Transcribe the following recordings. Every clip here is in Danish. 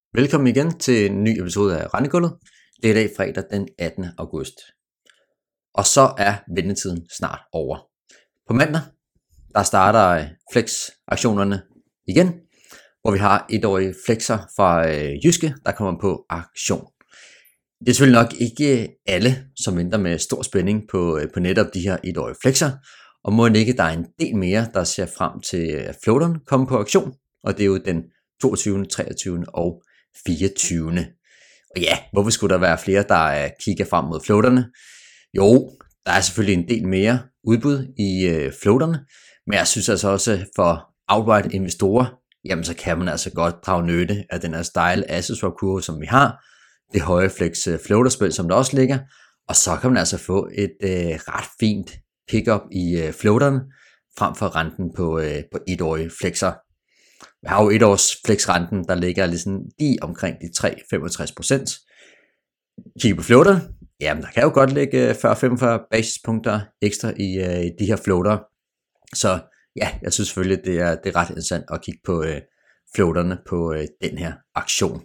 Velkommen igen til en ny episode af Rentegulvet. Det er i dag fredag den 18. august. Og så er ventetiden snart over. På mandag, der starter flex-aktionerne igen, hvor vi har etårige flexer fra Jyske, der kommer på aktion. Det er selvfølgelig nok ikke alle, som venter med stor spænding på netop de her etårige flexer, og må ikke der er en del mere, der ser frem til at floateren kommer på aktion, og det er jo den 22., 23. og 24. Og ja, hvorfor skulle der være flere, der kigger frem mod floaterne? Jo, der er selvfølgelig en del mere udbud i floaterne, men jeg synes altså også for outright investorer, jamen så kan man altså godt drage nytte af den her style asset swap kurve, som vi har, det høje flex floaterspil, som der også ligger, og så kan man altså få et ret fint pickup i floaterne, frem for renten på etårige flexer. Vi har jo et års flexrenten, der ligger lige omkring de 3,65%. Kigger på floater, jamen der kan jo godt ligge 40-45 basispunkter ekstra i de her floater. Så ja, jeg synes selvfølgelig, det er ret interessant at kigge på floaterne på den her aktion.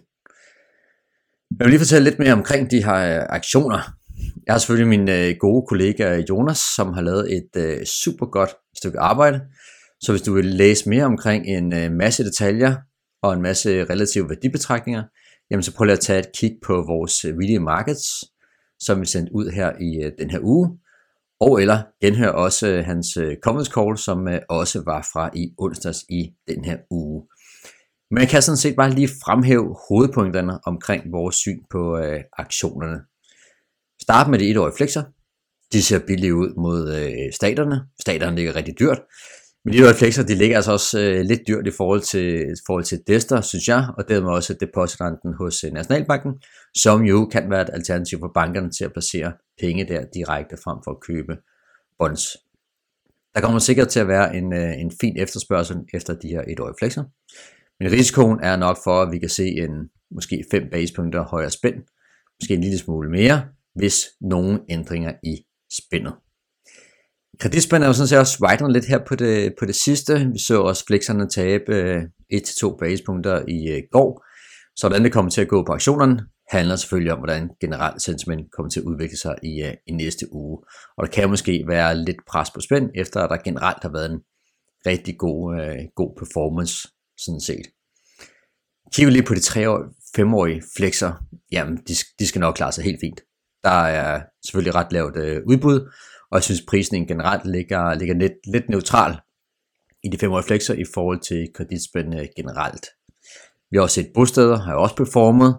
Jeg vil lige fortælle lidt mere omkring de her aktioner. Jeg har selvfølgelig min gode kollega Jonas, som har lavet et super godt stykke arbejde. Så hvis du vil læse mere omkring en masse detaljer og en masse relative værdibetragtninger, jamen så prøv lige at tage et kig på vores Video Markets, som vi sendte ud her i den her uge, og eller genhør også hans conference call, som også var fra i onsdags i den her uge. Men jeg kan sådan set bare lige fremhæve hovedpunkterne omkring vores syn på aktionerne. Start med de etårige flexer. De ser billige ud mod staterne. Staterne ligger rigtig dyrt. Men de etårige flexer, de ligger altså også lidt dyrt i forhold til Dester, synes jeg, og dermed også depositrenten hos Nationalbanken, som jo kan være et alternativ for bankerne til at placere penge der direkte frem for at købe bonds. Der kommer sikkert til at være en fin efterspørgsel efter de her etårige flexer. Men risikoen er nok for, at vi kan se måske 5 basepunkter højere spænd, måske en lille smule mere, hvis nogle ændringer i spændet. Kreditspænd er jo sådan set også rightnet lidt her på det sidste. Vi så også flexerne tabe 1-2 basepunkter i går. Så hvordan det kommer til at gå på aktionerne, handler selvfølgelig om, hvordan generelt sentiment kommer til at udvikle sig i næste uge. Og der kan måske være lidt pres på spænd, efter at der generelt har været en rigtig god performance sådan set. Kigger vi lige på de 3-5-årige flexer, jamen de skal nok klare sig helt fint. Der er selvfølgelig ret lavt udbud, og jeg synes prisningen generelt ligger lidt neutral i de 5-årige flexer i forhold til kreditspænd generelt. Vi har også set bosteder, har også performet.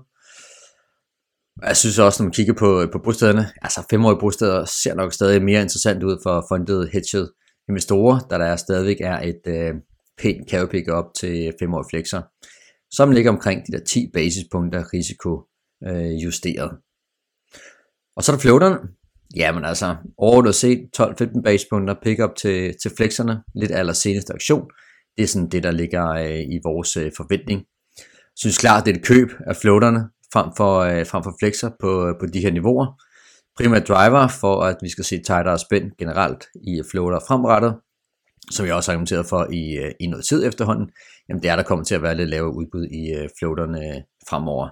Jeg synes også, når man kigger på bostederne, altså 5-årige bosteder ser nok stadig mere interessant ud for funded hedged investorer, da der stadigvæk er et pænt carry pick op til 5-årige flexer, som ligger omkring de der 10 basispunkter risiko justeret. Og så er der floaterne. Jamen altså, overordnet set 12-15 basepunkter pick-up til flexerne, lidt aller seneste aktion. Det er sådan det, der ligger i vores forventning. Jeg synes klart, det er et køb af floaterne frem for flexer på de her niveauer. Primært driver for, at vi skal se tightere spænd generelt i floater fremrettet, som jeg også har argumenteret for i noget tid efterhånden. Jamen det er, der kommer til at være lidt lavere udbud i floaterne fremover.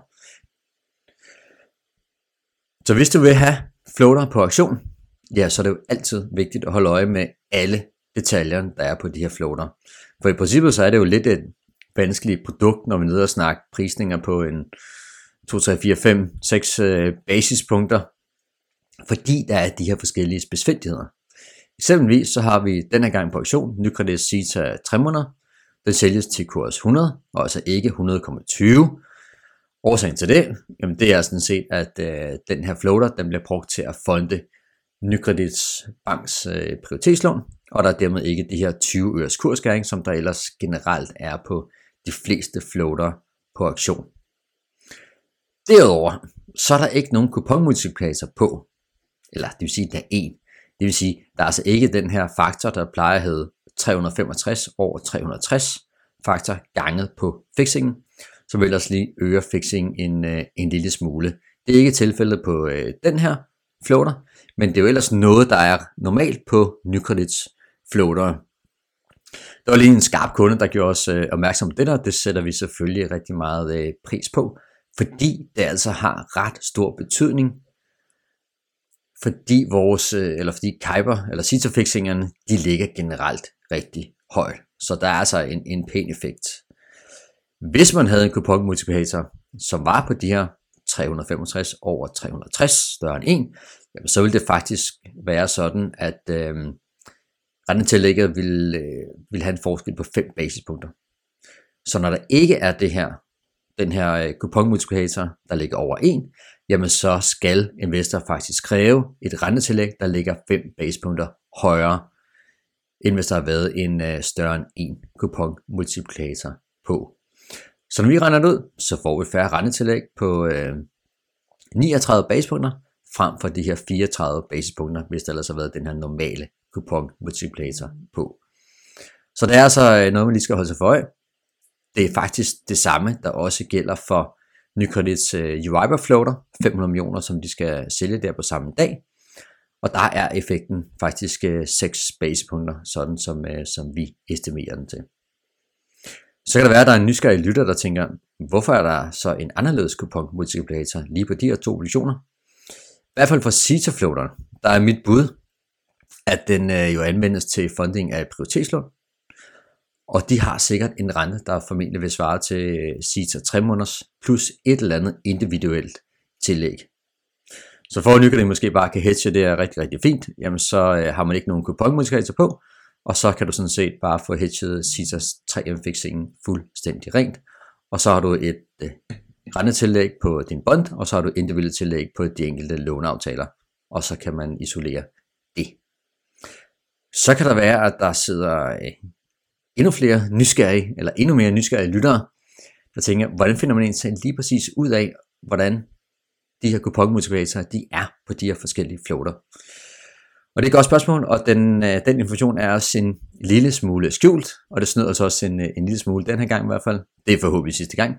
Så hvis du vil have floater på aktion, ja, så er det jo altid vigtigt at holde øje med alle detaljerne, der er på de her floater. For i princippet så er det jo lidt et vanskeligt produkt, når vi er nede og snakker prisninger på en 2, 3, 4, 5, 6 basispunkter, fordi der er de her forskellige spidsfindigheder. Eksempelvis så har vi denne gang på aktion Nykredit Zeta 3 måneder. Den sælges til kurs 100, og altså ikke 100,20. Årsagen til det, jamen det er sådan set, at den her floater, den bliver brugt til at fonde Nykredits banks prioritetslån, og der er dermed ikke de her 20 øres kursskæring, som der ellers generelt er på de fleste floater på aktion. Derudover, så er der ikke nogen kuponmultiplikator på, eller det vil sige, der er en. Det vil sige, der er altså ikke den her faktor, der plejer at hedde 365 over 360 faktor ganget på fixingen, som ellers lige øger fixingen en lille smule. Det er ikke tilfældet på den her floater, men det er jo ellers noget, der er normalt på Nykredits floater. Det var lige en skarp kunde, der gjorde os opmærksom på det der. Det sætter vi selvfølgelig rigtig meget pris på, fordi det altså har ret stor betydning, fordi fordi Kuiper eller CETA-fixingerne, de ligger generelt rigtig højt. Så der er altså en pæn effekt. Hvis man havde en kuponmultiplikator, som var på de her 365 over 360 større end 1, jamen så ville det faktisk være sådan, at rentetillægget vil have en forskel på 5 basispunkter. Så når der ikke er den her kuponmultiplikator, der ligger over 1, jamen så skal investor faktisk kræve et rentetillæg, der ligger 5 basispunkter højere, end hvis der har været en større end 1 kuponmultiplikator på. Så når vi regner det ud, så får vi færre rentetillæg på 39 basispunkter, frem for de her 34 basispunkter, hvis der ellers har været den her normale kuponmultiplikator på. Så det er altså noget, man lige skal holde sig for øje. Det er faktisk det samme, der også gælder for Nykredits Euribor floater, 500 millioner, som de skal sælge der på samme dag. Og der er effekten faktisk 6 basispunkter, sådan som vi estimerer den til. Så kan der være, at der er en nysgerrig lytter, der tænker, hvorfor er der så en anderledes kuponmultiplikator lige på de her 2 obligationer? I hvert fald for CETA-floateren, der er mit bud, at den jo anvendes til funding af prioritetslån. Og de har sikkert en rente, der formentlig vil svare til CETA 3 måneders, plus et eller andet individuelt tillæg. Så for at Nykredit måske bare kan hedge, det er rigtig, rigtig fint, jamen så har man ikke nogen kuponmultiplikator på, og så kan du sådan set bare få hedget CETA 3M-fixingen fuldstændig rent. Og så har du et rentetillæg på din bond, og så har du individuelt tillæg på de enkelte låneaftaler, og så kan man isolere det. Så kan der være, at der sidder endnu mere nysgerrige lyttere, der tænker, hvordan finder man egentlig lige præcis ud af, hvordan de her kuponmultiplikator, de er på de her forskellige floater. Og det er et godt spørgsmål, og den information er også en lille smule skjult, og det snyder altså også en lille smule den her gang i hvert fald. Det er forhåbentlig sidste gang.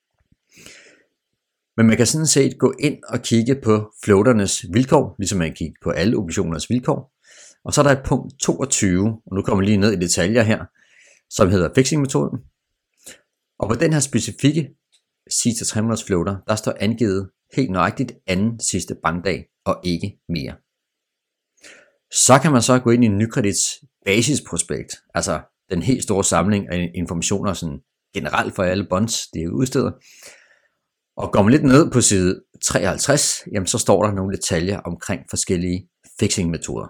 Men man kan sådan set gå ind og kigge på floaternes vilkår, ligesom man kan kigge på alle obligationernes vilkår. Og så er der et punkt 22, og nu kommer vi lige ned i detaljer her, som hedder fixing-metoden. Og på den her specifikke CETA 3 måneders floater, der står angivet helt nøjagtigt anden sidste bankdag og ikke mere. Så kan man så gå ind i Nykredits basisprospekt, altså den helt store samling af informationer sådan generelt for alle bonds, de er udsteder. Og går man lidt ned på side 53, jamen så står der nogle detaljer omkring forskellige fixing-metoder.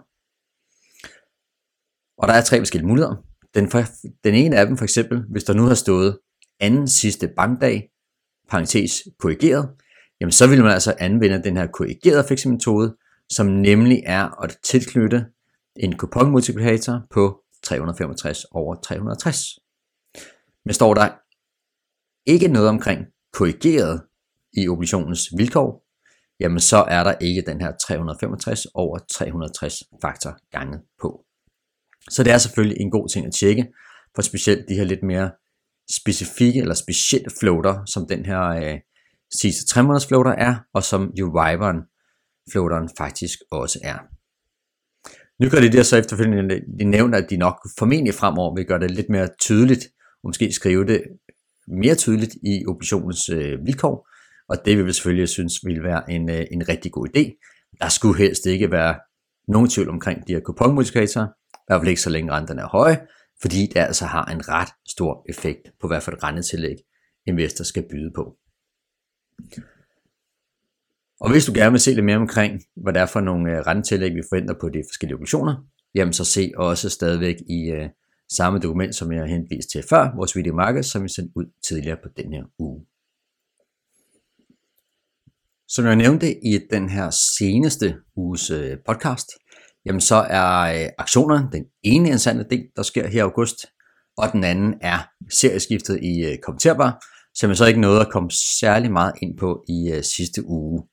Og der er 3 forskellige muligheder. Den ene af dem for eksempel, hvis der nu har stået anden sidste bankdag, parentes korrigeret, jamen så vil man altså anvende den her korrigerede fixing-metode, som nemlig er at tilknytte en kuponmultiplikator på 365 over 360. Men står der ikke noget omkring korrigeret i obligationens vilkår, jamen så er der ikke den her 365 over 360 faktor ganget på. Så det er selvfølgelig en god ting at tjekke, for specielt de her lidt mere specifikke eller specielle floater, som den her CETA 3 måneders floater er, og som Euribor floateren faktisk også er. Nu gør det der så efterfølgende, de nævner, at de nok formentlig fremover vil gøre det lidt mere tydeligt, og måske skrive det mere tydeligt i obligationens vilkår, og det vil vi selvfølgelig synes vil være en rigtig god idé. Der skulle helst ikke være nogen tvivl omkring de her kuponmultiplikatorer, i hvert fald ikke så længe renterne er høje, fordi det altså har en ret stor effekt på hvad for et rentetillæg investor skal byde på. Og hvis du gerne vil se lidt mere omkring, hvad det er for nogle rentetillæg, vi forventer på de forskellige obligationer, jamen så se også stadigvæk i samme dokument, som jeg har henvist til før, vores video marked, som vi sendte ud tidligere på den her uge. Som jeg nævnte i den her seneste uges podcast, jamen så er aktionerne den ene interessante del, der sker her i august, og den anden er serieskiftet i kommenterbar, som jeg så ikke nåede at komme særlig meget ind på i sidste uge.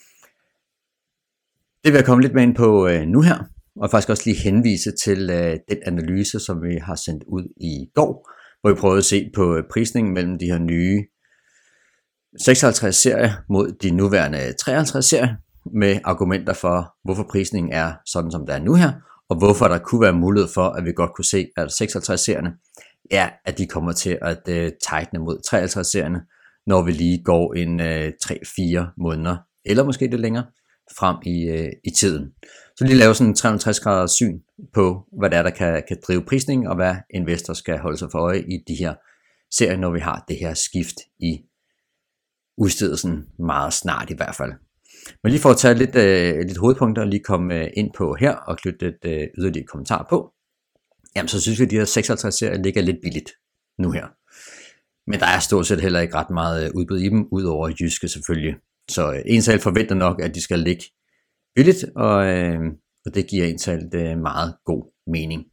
Det vil jeg komme lidt mere ind på nu her, og faktisk også lige henvise til den analyse, som vi har sendt ud i går, hvor vi prøvede at se på prisningen mellem de her nye 56 serier mod de nuværende 53 serier, med argumenter for, hvorfor prisningen er sådan, som det er nu her, og hvorfor der kunne være mulighed for, at vi godt kunne se, at 56-serierne, er, at de kommer til at tighne mod 53-serierne, når vi lige går en 3-4 måneder, eller måske lidt længere, frem i tiden. Så lige lave sådan en 360 graders syn på, hvad der kan drive prisningen, og hvad investor skal holde sig for øje i de her serier, når vi har det her skift i udstedelsen meget snart i hvert fald. Men lige for at tage lidt hovedpunkter og lige komme ind på her og knytte lidt yderligere kommentar på, jamen så synes vi, at de her 56 serier ligger lidt billigt nu her. Men der er stort set heller ikke ret meget udbud i dem, udover Jyske selvfølgelig. Så en selv forventer nok, at de skal ligge billigt, og det giver en selv meget god mening.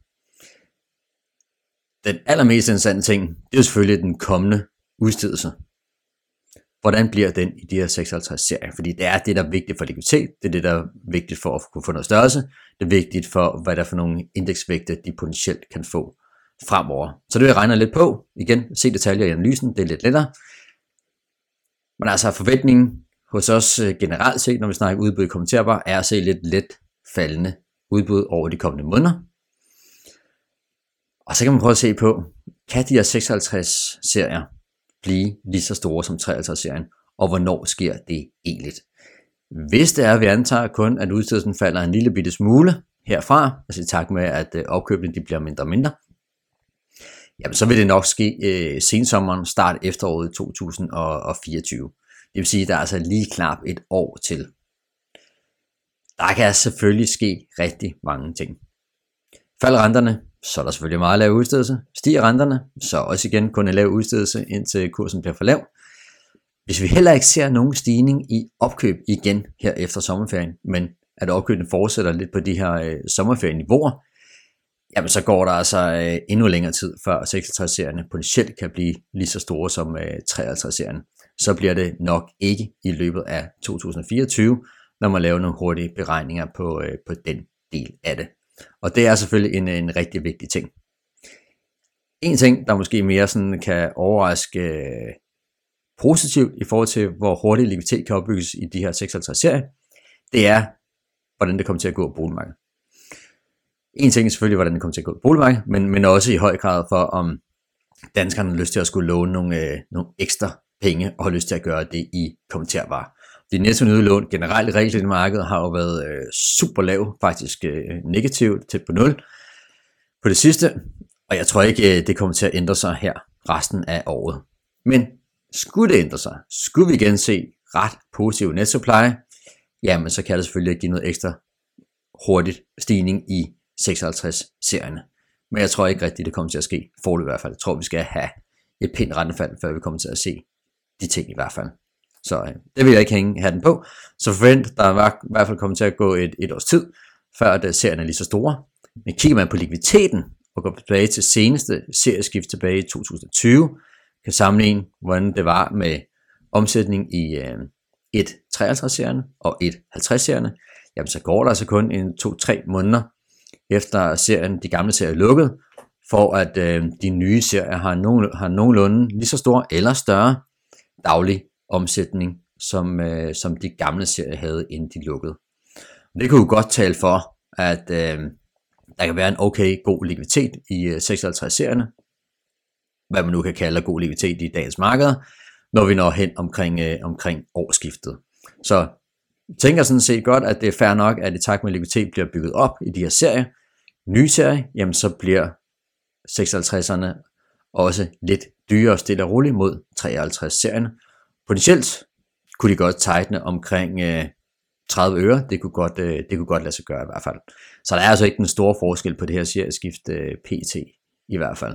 Den allermest interessante ting, det er selvfølgelig den kommende udstedelse. Hvordan bliver den i de her 56 serier? Fordi det er det, der er vigtigt for likviditet, det er det, der er vigtigt for at kunne få noget størrelse, det er vigtigt for, hvad der er for nogle indeksvægte, de potentielt kan få fremover. Så det vil jeg regne lidt på. Igen, se detaljer i analysen, det er lidt lettere. Men altså forventningen hos os generelt set, når vi snakker udbud i kommenterbar, er at se lidt let faldende udbud over de kommende måneder. Og så kan man prøve at se på, kan de her 56 serier blive lige så store som 53-serien, og hvornår sker det egentlig? Hvis det er, at vi antager kun, at udstedelsen falder en lille bitte smule herfra, altså i takt med, at opkøbene de bliver mindre og mindre, jamen så vil det nok ske sensommeren, start efteråret 2024. Det vil sige, at der er altså lige knap et år til. Der kan selvfølgelig ske rigtig mange ting. Falder renterne, så er der selvfølgelig meget lav udstedelse. Stiger renterne, så også igen kun en lav udstedelse, indtil kursen bliver for lav. Hvis vi heller ikke ser nogen stigning i opkøb igen her efter sommerferien, men at opkøbene fortsætter lidt på de her sommerferieniveauer, jamen så går der altså endnu længere tid, før 66-serierne potentielt kan blive lige så store som 53-serien. Så bliver det nok ikke i løbet af 2024, når man laver nogle hurtige beregninger på den del af det. Og det er selvfølgelig en rigtig vigtig ting. En ting, der måske mere sådan kan overraske positivt i forhold til, hvor hurtigt likviditet kan opbygges i de her 56 serier, det er, hvordan det kommer til at gå på boligmarkedet. En ting er selvfølgelig, hvordan det kommer til at gå på boligmarkedet, men også i høj grad for, om danskerne har lyst til at skulle låne nogle ekstra penge, og har lyst til at gøre det i kommenterbare. De netto-udlån generelt i realkreditmarkedet har jo været super lav, faktisk negativt, tæt på 0 på det sidste, og jeg tror ikke, det kommer til at ændre sig her resten af året. Men skulle det ændre sig, skulle vi igen se ret positiv netsupply, jamen så kan det selvfølgelig give noget ekstra hurtigt stigning i 56-serierne. Men jeg tror ikke rigtigt, det kommer til at ske, foreløbig i hvert fald. Jeg tror, vi skal have et pænt rentefald, før vi kommer til at se de ting i hvert fald. Så det vil jeg ikke hænge den på. Så forvent, der i hvert fald kommer til at gå et års tid, før at serien er lige så store. Men kigger man på likviditeten, og går tilbage til seneste serieskift tilbage i 2020, kan sammenligne, hvordan det var med omsætning i 1.53-serien og 1.50-serierne, jamen så går der altså kun 2-3 måneder efter serien, de gamle serier lukket, for at de nye serier har nogenlunde lige så stor eller større daglig omsætning, som de gamle serier havde, inden de lukkede. Det kunne jo godt tale for, at der kan være en okay god likviditet i 56-serierne, hvad man nu kan kalde god likviditet i dagens marked, når vi når hen omkring årsskiftet. Så jeg tænker sådan set godt, at det er fair nok, at i takt med likviditet bliver bygget op i de her serier, nye serier, jamen så bliver 56'erne også lidt dyrere stille og roligt mod 53-serierne. Potentielt kunne de godt tighne omkring 30 øre, det kunne godt lade sig gøre i hvert fald. Så der er altså ikke den store forskel på det her serieskift PT i hvert fald.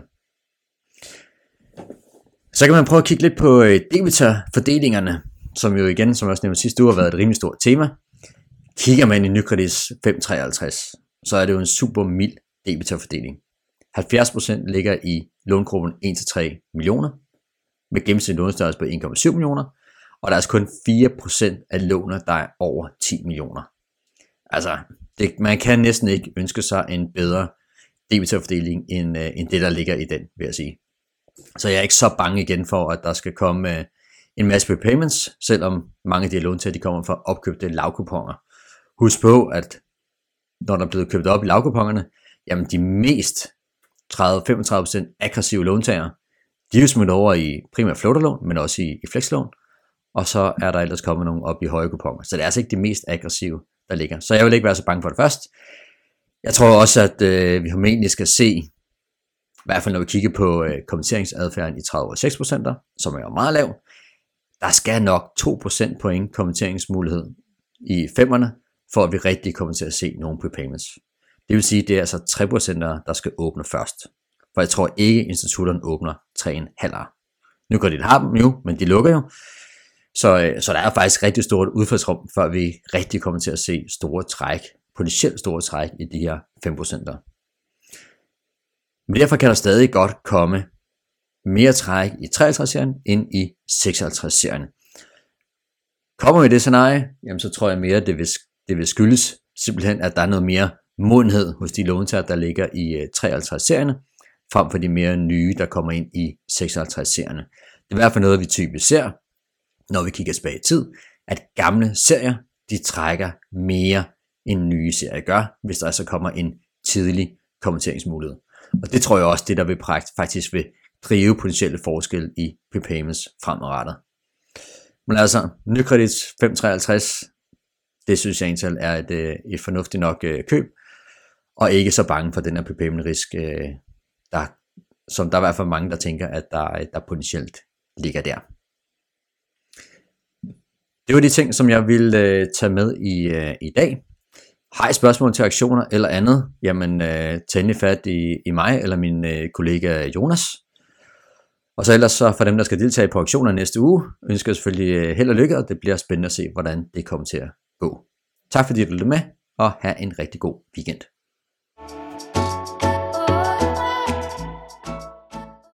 Så kan man prøve at kigge lidt på debitorfordelingerne, som jo igen, som jeg også nævnte sidste uge, har været et rimelig stort tema. Kigger man i Nykredits 553, så er det jo en super mild debitorfordeling. 70% ligger i långruppen 1-3 millioner, med gennemsnitlig lånestørrelse på 1,7 millioner, og der er altså kun 4% af låner, der er over 10 millioner. Altså, man kan næsten ikke ønske sig en bedre debitorfordeling, end det, der ligger i den, vil jeg sige. Så jeg er ikke så bange igen for, at der skal komme en masse prepayments, selvom mange af de her låntagere, de kommer fra opkøbte lavkuponer. Husk på, at når der er blevet købt op i lavkuponerne, jamen de mest 30-35% aggressive låntagere, de er jo smidt over i primært floaterlån, men også i flexlån, og så er der ellers kommet nogen op i høje kuponer. Så det er altså ikke det mest aggressive, der ligger. Så jeg vil ikke være så bange for det først. Jeg tror også, at vi formentlig skal se, i hvert fald når vi kigger på kommenteringsadfærden i 30-6%, som er jo meget lav, der skal nok 2% point kommenteringsmulighed i femmerne, for at vi rigtig kommer til at se nogle prepayments. Det vil sige, at det er altså 3%, der skal åbne først. For jeg tror ikke, at institutterne åbner 3,5. Nu kan de have dem jo, men de lukker jo. Så der er faktisk rigtig stort udfaldsrum, før vi rigtig kommer til at se store træk, potentielt store træk i de her 5%. Men derfor kan der stadig godt komme mere træk i 53-serien end i 56-serien. Kommer vi i det scenarie, jamen så tror jeg mere, at det vil skyldes simpelthen, at der er noget mere modenhed hos de låntagere, der ligger i 53-serierne, frem for de mere nye, der kommer ind i 56-serierne. Det er i hvert fald noget, vi typisk ser, når vi kigger tilbage i tid, at gamle serier, de trækker mere end nye serier gør, hvis der altså kommer en tidlig kommenteringsmulighed. Og det tror jeg også, det der vil faktisk vil drive potentielle forskel i prepayments fremadrettet. Men altså, Nykredit 5,53, det synes jeg egentlig er et fornuftigt nok køb, og ikke så bange for den her prepayment risk, som der er i hvert fald mange, der tænker, at der potentielt ligger der. Det var de ting, som jeg ville tage med i dag. Har I spørgsmål til aktioner eller andet, jamen tag endelig fat i mig eller min kollega Jonas. Og så ellers så for dem, der skal deltage på auktioner næste uge, ønsker jeg selvfølgelig held og lykke, og det bliver spændende at se, hvordan det kommer til at gå. Tak fordi du lyttede med, og have en rigtig god weekend.